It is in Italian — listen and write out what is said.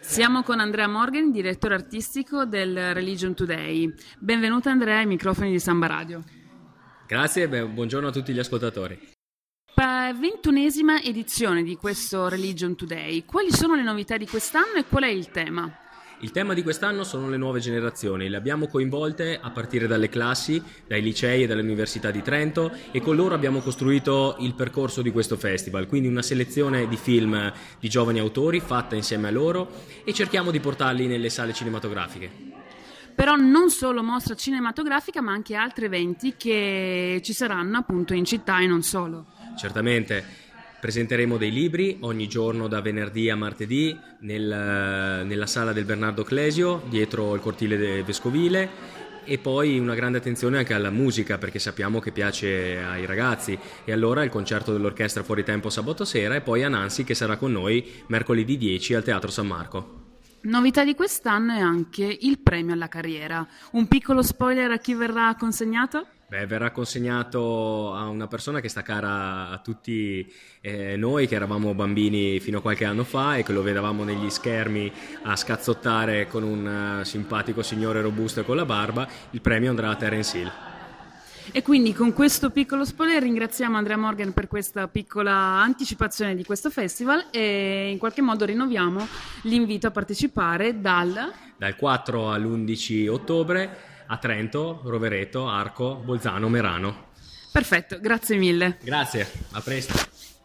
Siamo con Andrea Morgan, direttore artistico del Religion Today. Benvenuto Andrea ai microfoni di Samba Radio. Grazie e buongiorno a tutti gli ascoltatori. 21esima edizione di questo Religion Today. Quali sono le novità di quest'anno e qual è il tema? Il tema di quest'anno sono le nuove generazioni, le abbiamo coinvolte a partire dalle classi, dai licei e dalle università di Trento e con loro abbiamo costruito il percorso di questo festival, quindi una selezione di film di giovani autori fatta insieme a loro e cerchiamo di portarli nelle sale cinematografiche. Però non solo mostra cinematografica ma anche altri eventi che ci saranno appunto in città e non solo. Certamente. Presenteremo dei libri ogni giorno da venerdì a martedì nella sala del Bernardo Clesio, dietro il cortile vescovile, e poi una grande attenzione anche alla musica perché sappiamo che piace ai ragazzi, e allora il concerto dell'orchestra Fuori Tempo sabato sera e poi Anansi che sarà con noi mercoledì 10 al Teatro San Marco. Novità di quest'anno è anche il premio alla carriera. Un piccolo spoiler a chi verrà consegnato? Verrà consegnato a una persona che sta cara a tutti noi che eravamo bambini fino a qualche anno fa e che lo vedevamo negli schermi a scazzottare con un simpatico signore robusto e con la barba. Il premio andrà a Terence Hill. E quindi con questo piccolo spoiler ringraziamo Andrea Morgan per questa piccola anticipazione di questo festival e in qualche modo rinnoviamo l'invito a partecipare dal 4 all'11 ottobre a Trento, Rovereto, Arco, Bolzano, Merano. Perfetto, grazie mille. Grazie, a presto.